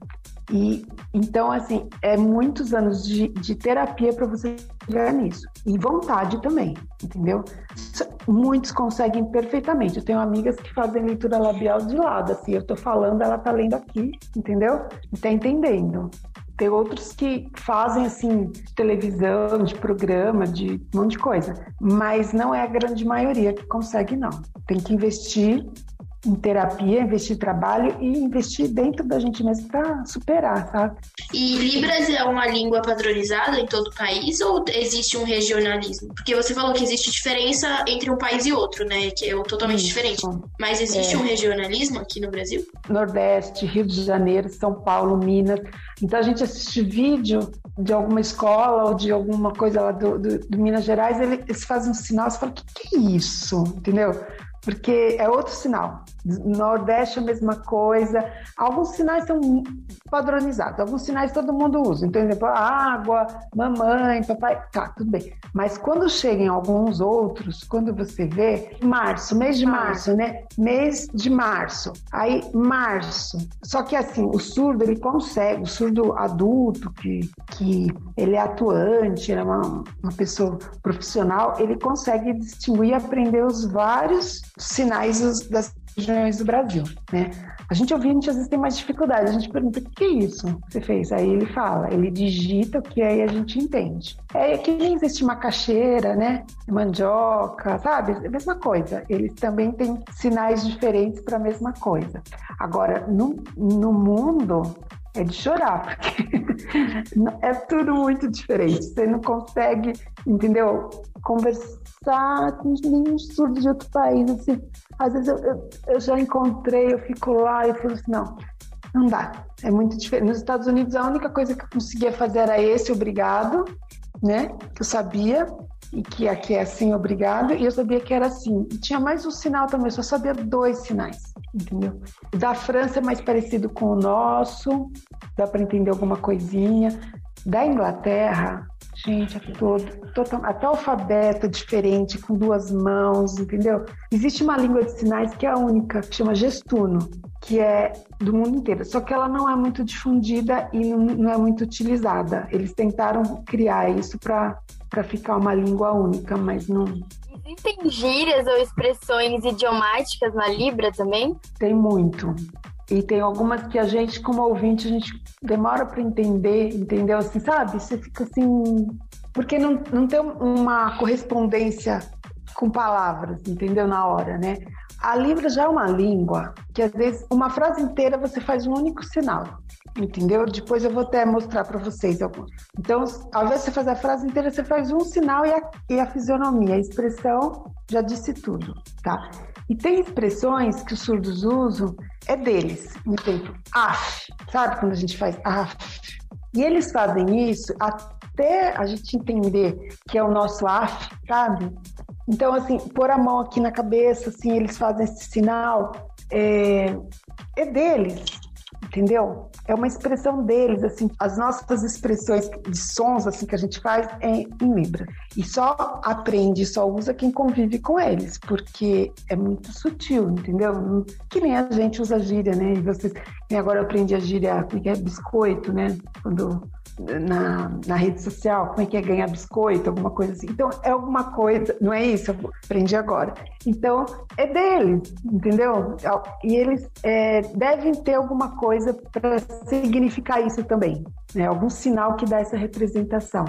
E então, assim, é muitos anos de terapia para você chegar nisso. E vontade também, entendeu? Muitos conseguem perfeitamente. Eu tenho amigas que fazem leitura labial de lado, assim, eu tô falando, ela tá lendo aqui, entendeu? E tá entendendo. Tem outros que fazem, assim, de televisão, de programa, de um monte de coisa. Mas não é a grande maioria que consegue, não. Tem que investir em terapia, investir em trabalho e investir dentro da gente mesmo para superar, sabe? E Libras é uma língua padronizada em todo o país ou existe um regionalismo? Porque você falou que existe diferença entre um país e outro, né? Que é totalmente diferente. Mas existe um regionalismo aqui no Brasil? Nordeste, Rio de Janeiro, São Paulo, Minas. Então a gente assiste vídeo de alguma escola ou de alguma coisa lá do Minas Gerais, eles fazem um sinal, você fala, o que é isso? Entendeu? Porque é outro sinal. Nordeste é a mesma coisa. Alguns sinais são padronizados, alguns sinais todo mundo usa. Então, por exemplo, água, mamãe, papai, tá, tudo bem. Mas quando chegam alguns outros, quando você vê, março, mês de março, né? Mês de março. Aí, março. Só que assim, o surdo, ele consegue, o surdo adulto, que ele é atuante, ele é uma pessoa profissional, ele consegue distinguir e aprender os vários sinais das regiões do Brasil, né? A gente ouvinte às vezes tem mais dificuldade, a gente pergunta, o que é isso que você fez? Aí ele fala, ele digita o que aí a gente entende. É que nem existe macaxeira, né? Mandioca, sabe? É a mesma coisa. Eles também têm sinais diferentes para a mesma coisa. Agora, no mundo, é de chorar, porque é tudo muito diferente. Você não consegue, entendeu? Conversar com nenhum surdo de outro país. Assim, às vezes eu já encontrei, eu fico lá e falo assim, não dá. É muito diferente. Nos Estados Unidos, a única coisa que eu conseguia fazer era esse obrigado, né? Que eu sabia. E que aqui é assim, obrigado, e eu sabia que era assim. E tinha mais um sinal também, eu só sabia 2 sinais, entendeu? O da França é mais parecido com o nosso, dá para entender alguma coisinha. Da Inglaterra, gente, é até o alfabeto é diferente, com 2 mãos, entendeu? Existe uma língua de sinais que é a única, que chama gestuno, que é do mundo inteiro, só que ela não é muito difundida e não é muito utilizada. Eles tentaram criar isso para ficar uma língua única, mas não... Existem gírias ou expressões idiomáticas na Libra também? Tem muito. E tem algumas que a gente, como ouvinte, a gente demora para entender, entendeu? Assim, sabe? Você fica assim... Porque não tem uma correspondência com palavras, entendeu? Na hora, né? A Libra já é uma língua que, às vezes, uma frase inteira você faz um único sinal, entendeu? Depois eu vou até mostrar para vocês alguns. Então, ao invés de você fazer a frase inteira, você faz um sinal e a fisionomia, a expressão já disse tudo, tá? E tem expressões que os surdos usam, é deles. Por exemplo, af, sabe quando a gente faz af? E eles fazem isso até a gente entender que é o nosso af, sabe? Então, assim, pôr a mão aqui na cabeça, assim, eles fazem esse sinal, é deles, entendeu? É uma expressão deles, assim, as nossas expressões de sons, assim, que a gente faz é em Libra. E só aprende, só usa quem convive com eles, porque é muito sutil, entendeu? Que nem a gente usa gíria, né? E agora eu aprendi a gíria, como é que é? Biscoito, né? Quando... Na rede social, como é que é ganhar biscoito, alguma coisa assim. Então, é alguma coisa, não é isso? Eu aprendi agora. Então, é deles, entendeu? E eles devem ter alguma coisa para significar isso também, né? Algum sinal que dá essa representação.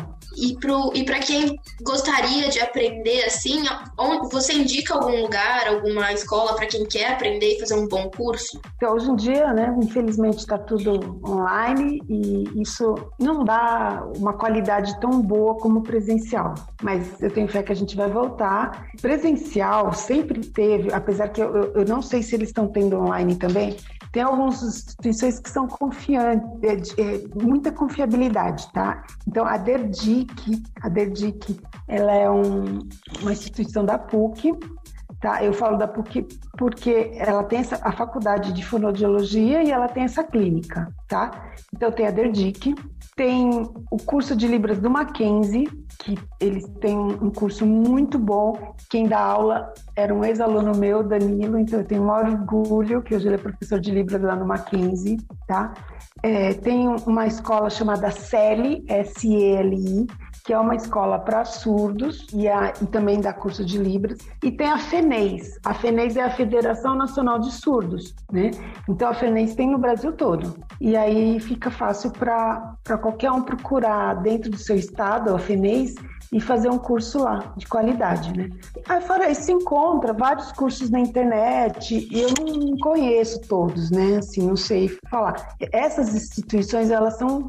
E para quem gostaria de aprender assim, você indica algum lugar, alguma escola para quem quer aprender e fazer um bom curso? Então, hoje em dia, né, infelizmente está tudo online e isso não dá uma qualidade tão boa como presencial. Mas eu tenho fé que a gente vai voltar. Presencial sempre teve, apesar que eu não sei se eles estão tendo online também, tem algumas instituições que são confiantes, muita confiabilidade, tá? Então, a DERDIC, ela é uma instituição da PUC, tá? Eu falo da PUC porque ela tem a faculdade de fonoaudiologia e ela tem essa clínica, tá? Então, tem a DERDIC, tem o curso de Libras do Mackenzie, que eles têm um curso muito bom. Quem dá aula era um ex-aluno meu, Danilo, então eu tenho um maior orgulho que hoje ele é professor de Libras lá no Mackenzie, tá? Tem uma escola chamada SELI, S-E-L-I, que é uma escola para surdos e também dá curso de Libras. E tem a FENES. A FENES é a Federação Nacional de Surdos, né? Então a FENES tem no Brasil todo. E aí fica fácil para qualquer um procurar dentro do seu estado a FENES e fazer um curso lá, de qualidade, né? Aí fora isso, se encontra vários cursos na internet, e eu não conheço todos, né? Assim, não sei falar. Essas instituições, elas são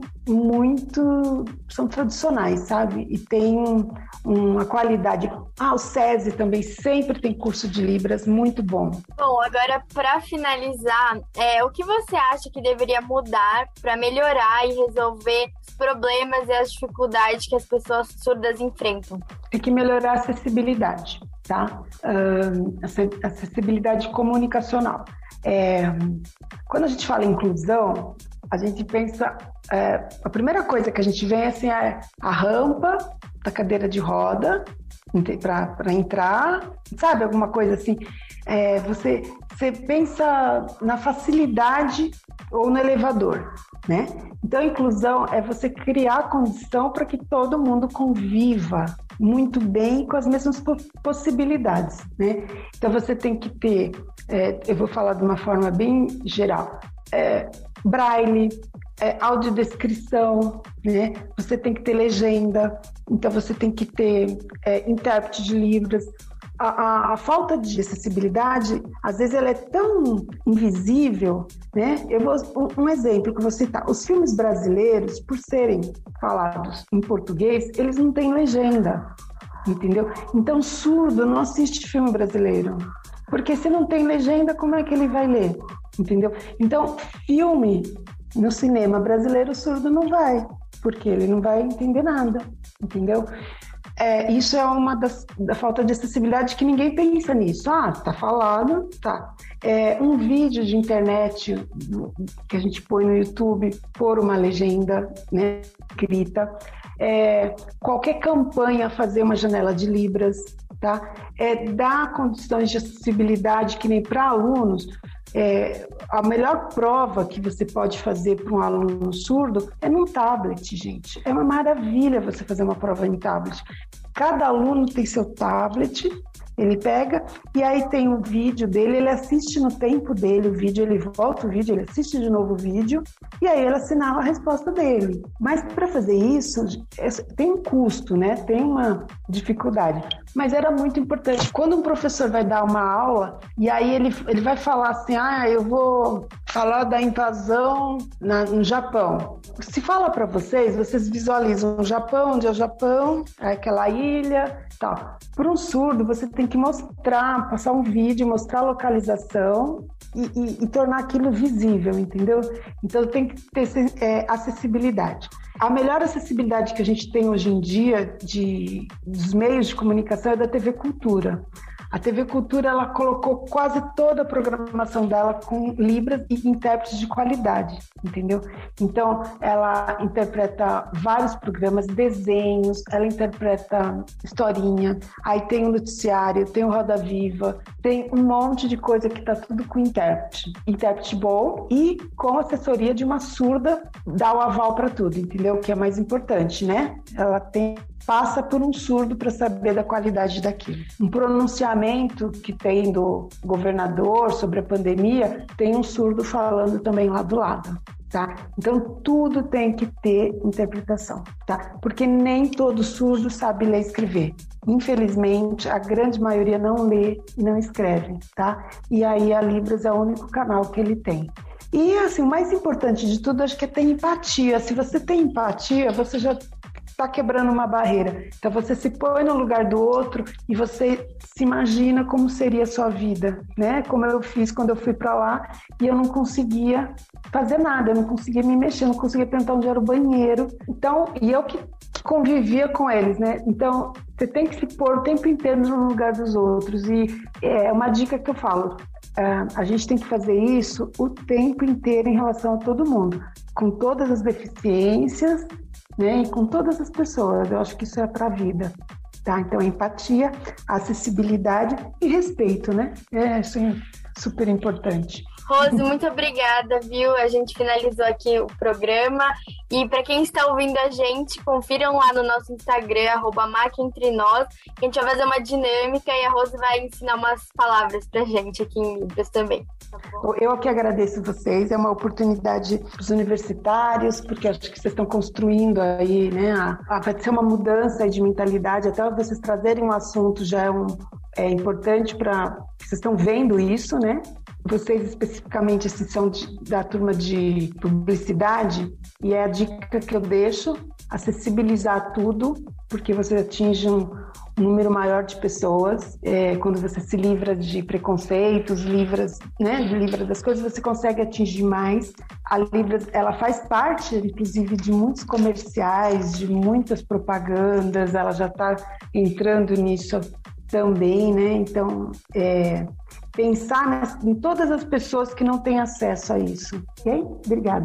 tradicionais, sabe? E tem uma qualidade. O SESI também sempre tem curso de Libras, muito bom. Bom, agora para finalizar, o que você acha que deveria mudar para melhorar e resolver os problemas e as dificuldades que as pessoas surdas enfrentam? Tem que melhorar a acessibilidade, tá? Acessibilidade comunicacional. Quando a gente fala em inclusão, a gente pensa... a primeira coisa que a gente vê assim, é a rampa da cadeira de roda para entrar, sabe? Alguma coisa assim. Você pensa na facilidade ou no elevador, né? Então, a inclusão é você criar condição para que todo mundo conviva muito bem com as mesmas possibilidades, né? Então, você tem que ter, eu vou falar de uma forma bem geral, braille, audiodescrição, né? Você tem que ter legenda, então você tem que ter intérprete de Libras. a falta de acessibilidade, às vezes ela é tão invisível, né? Um exemplo que eu vou citar. Os filmes brasileiros, por serem falados em português, eles não têm legenda, entendeu? Então, surdo não assiste filme brasileiro, porque se não tem legenda, como é que ele vai ler, entendeu? Então, filme no cinema brasileiro, o surdo não vai, porque ele não vai entender nada, entendeu? Isso é uma da falta de acessibilidade, que ninguém pensa nisso. Tá falado, tá. Um vídeo de internet que a gente põe no YouTube por uma legenda, né, escrita. Qualquer campanha fazer uma janela de Libras, tá? Dar condições de acessibilidade, que nem para alunos. A melhor prova que você pode fazer para um aluno surdo é num tablet, gente. É uma maravilha você fazer uma prova em tablet. Cada aluno tem seu tablet, ele pega e aí tem o vídeo dele, ele assiste no tempo dele o vídeo, ele volta o vídeo, ele assiste de novo o vídeo e aí ele assinala a resposta dele. Mas para fazer isso tem um custo, né? Tem uma dificuldade. Mas era muito importante. Quando um professor vai dar uma aula e aí ele vai falar assim, eu vou falar da invasão no Japão. Se fala para vocês visualizam o Japão, onde é o Japão, aquela ilha, tal. Por um surdo, você tem que mostrar, passar um vídeo, mostrar a localização e tornar aquilo visível, entendeu? Então tem que ter acessibilidade. A melhor acessibilidade que a gente tem hoje em dia dos meios de comunicação é da TV Cultura. A TV Cultura, ela colocou quase toda a programação dela com Libras e intérpretes de qualidade, entendeu? Então, ela interpreta vários programas, desenhos, ela interpreta historinha, aí tem o noticiário, tem o Roda Viva, tem um monte de coisa que tá tudo com intérprete bom e com assessoria de uma surda, dá o aval para tudo, entendeu? Que é mais importante, né? Ela passa por um surdo para saber da qualidade daquilo. Um pronunciamento que tem do governador sobre a pandemia, tem um surdo falando também lá do lado, tá? Então, tudo tem que ter interpretação, tá? Porque nem todo surdo sabe ler e escrever. Infelizmente, a grande maioria não lê e não escreve, tá? E aí a Libras é o único canal que ele tem. E, assim, o mais importante de tudo, acho que é ter empatia. Se você tem empatia, você já está quebrando uma barreira. Então, você se põe no lugar do outro e você se imagina como seria a sua vida, né? Como eu fiz quando eu fui para lá e eu não conseguia fazer nada, eu não conseguia me mexer, eu não conseguia perguntar onde era o banheiro. Então, e eu que convivia com eles, né? Então, você tem que se pôr o tempo inteiro no lugar dos outros. E é uma dica que eu falo. A gente tem que fazer isso o tempo inteiro em relação a todo mundo, com todas as deficiências, né, e com todas as pessoas. Eu acho que isso é para a vida, tá? Então, empatia, acessibilidade e respeito, né? Isso é super importante. Rose, muito obrigada, viu? A gente finalizou aqui o programa. E para quem está ouvindo a gente, confiram lá no nosso Instagram, @MacEntreNós, que a gente vai fazer uma dinâmica e a Rose vai ensinar umas palavras pra gente aqui em Libras também. Tá bom? Eu que agradeço vocês, é uma oportunidade para os universitários, porque acho que vocês estão construindo aí, né? Vai ser uma mudança aí de mentalidade, até vocês trazerem um assunto já é importante para vocês estão vendo isso, né? Vocês especificamente são da turma de publicidade e é a dica que eu deixo, acessibilizar tudo, porque você atinge um número maior de pessoas. Quando você se livra de preconceitos, livra das coisas, você consegue atingir mais. A Libras, ela faz parte, inclusive, de muitos comerciais, de muitas propagandas, ela já está entrando nisso também, né? Então, pensar em todas as pessoas que não têm acesso a isso. Ok? Obrigada.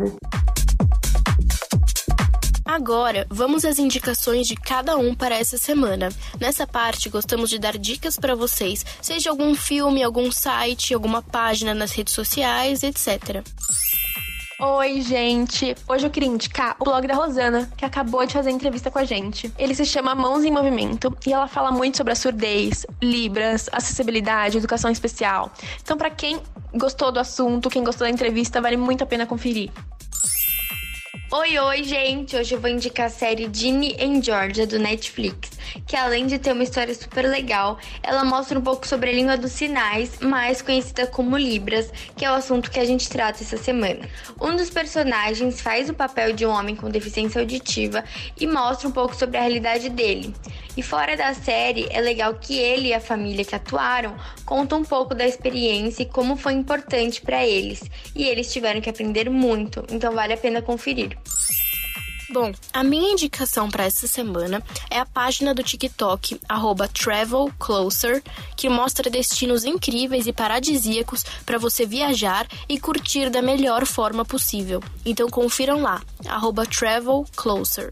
Agora, vamos às indicações de cada um para essa semana. Nessa parte, gostamos de dar dicas para vocês, seja algum filme, algum site, alguma página nas redes sociais, etc. Oi, gente! Hoje eu queria indicar o blog da Rosana, que acabou de fazer entrevista com a gente. Ele se chama Mãos em Movimento e ela fala muito sobre a surdez, Libras, acessibilidade, educação especial. Então, pra quem gostou do assunto, quem gostou da entrevista, vale muito a pena conferir. Oi, gente! Hoje eu vou indicar a série Ginny and Georgia, do Netflix. que além de ter uma história super legal, ela mostra um pouco sobre a língua dos sinais, mais conhecida como Libras, que é o assunto que a gente trata essa semana. Um dos personagens faz o papel de um homem com deficiência auditiva e mostra um pouco sobre a realidade dele. E fora da série, é legal que ele e a família que atuaram contam um pouco da experiência e como foi importante para eles. E eles tiveram que aprender muito, então vale a pena conferir. Bom, a minha indicação para essa semana é a página do TikTok @TravelCloser, que mostra destinos incríveis e paradisíacos para você viajar e curtir da melhor forma possível. Então confiram lá, @TravelCloser.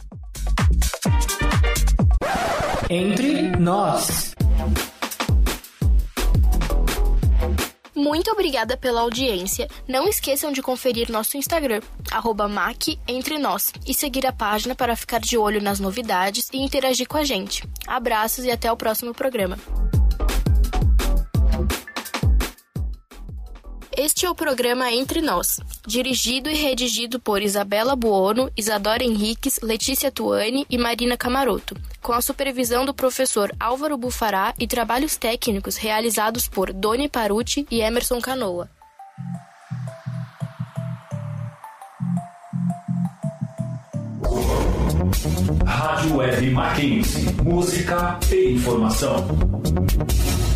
Entre nós. Muito obrigada pela audiência. Não esqueçam de conferir nosso Instagram, @MacEntreNós, e seguir a página para ficar de olho nas novidades e interagir com a gente. Abraços e até o próximo programa. Este é o programa Entre Nós, dirigido e redigido por Isabela Buono, Isadora Henriques, Letícia Tuani e Marina Camaroto, com a supervisão do professor Álvaro Bufará e trabalhos técnicos realizados por Doni Paruti e Emerson Canoa. Rádio Web Mackenzie. Música e informação.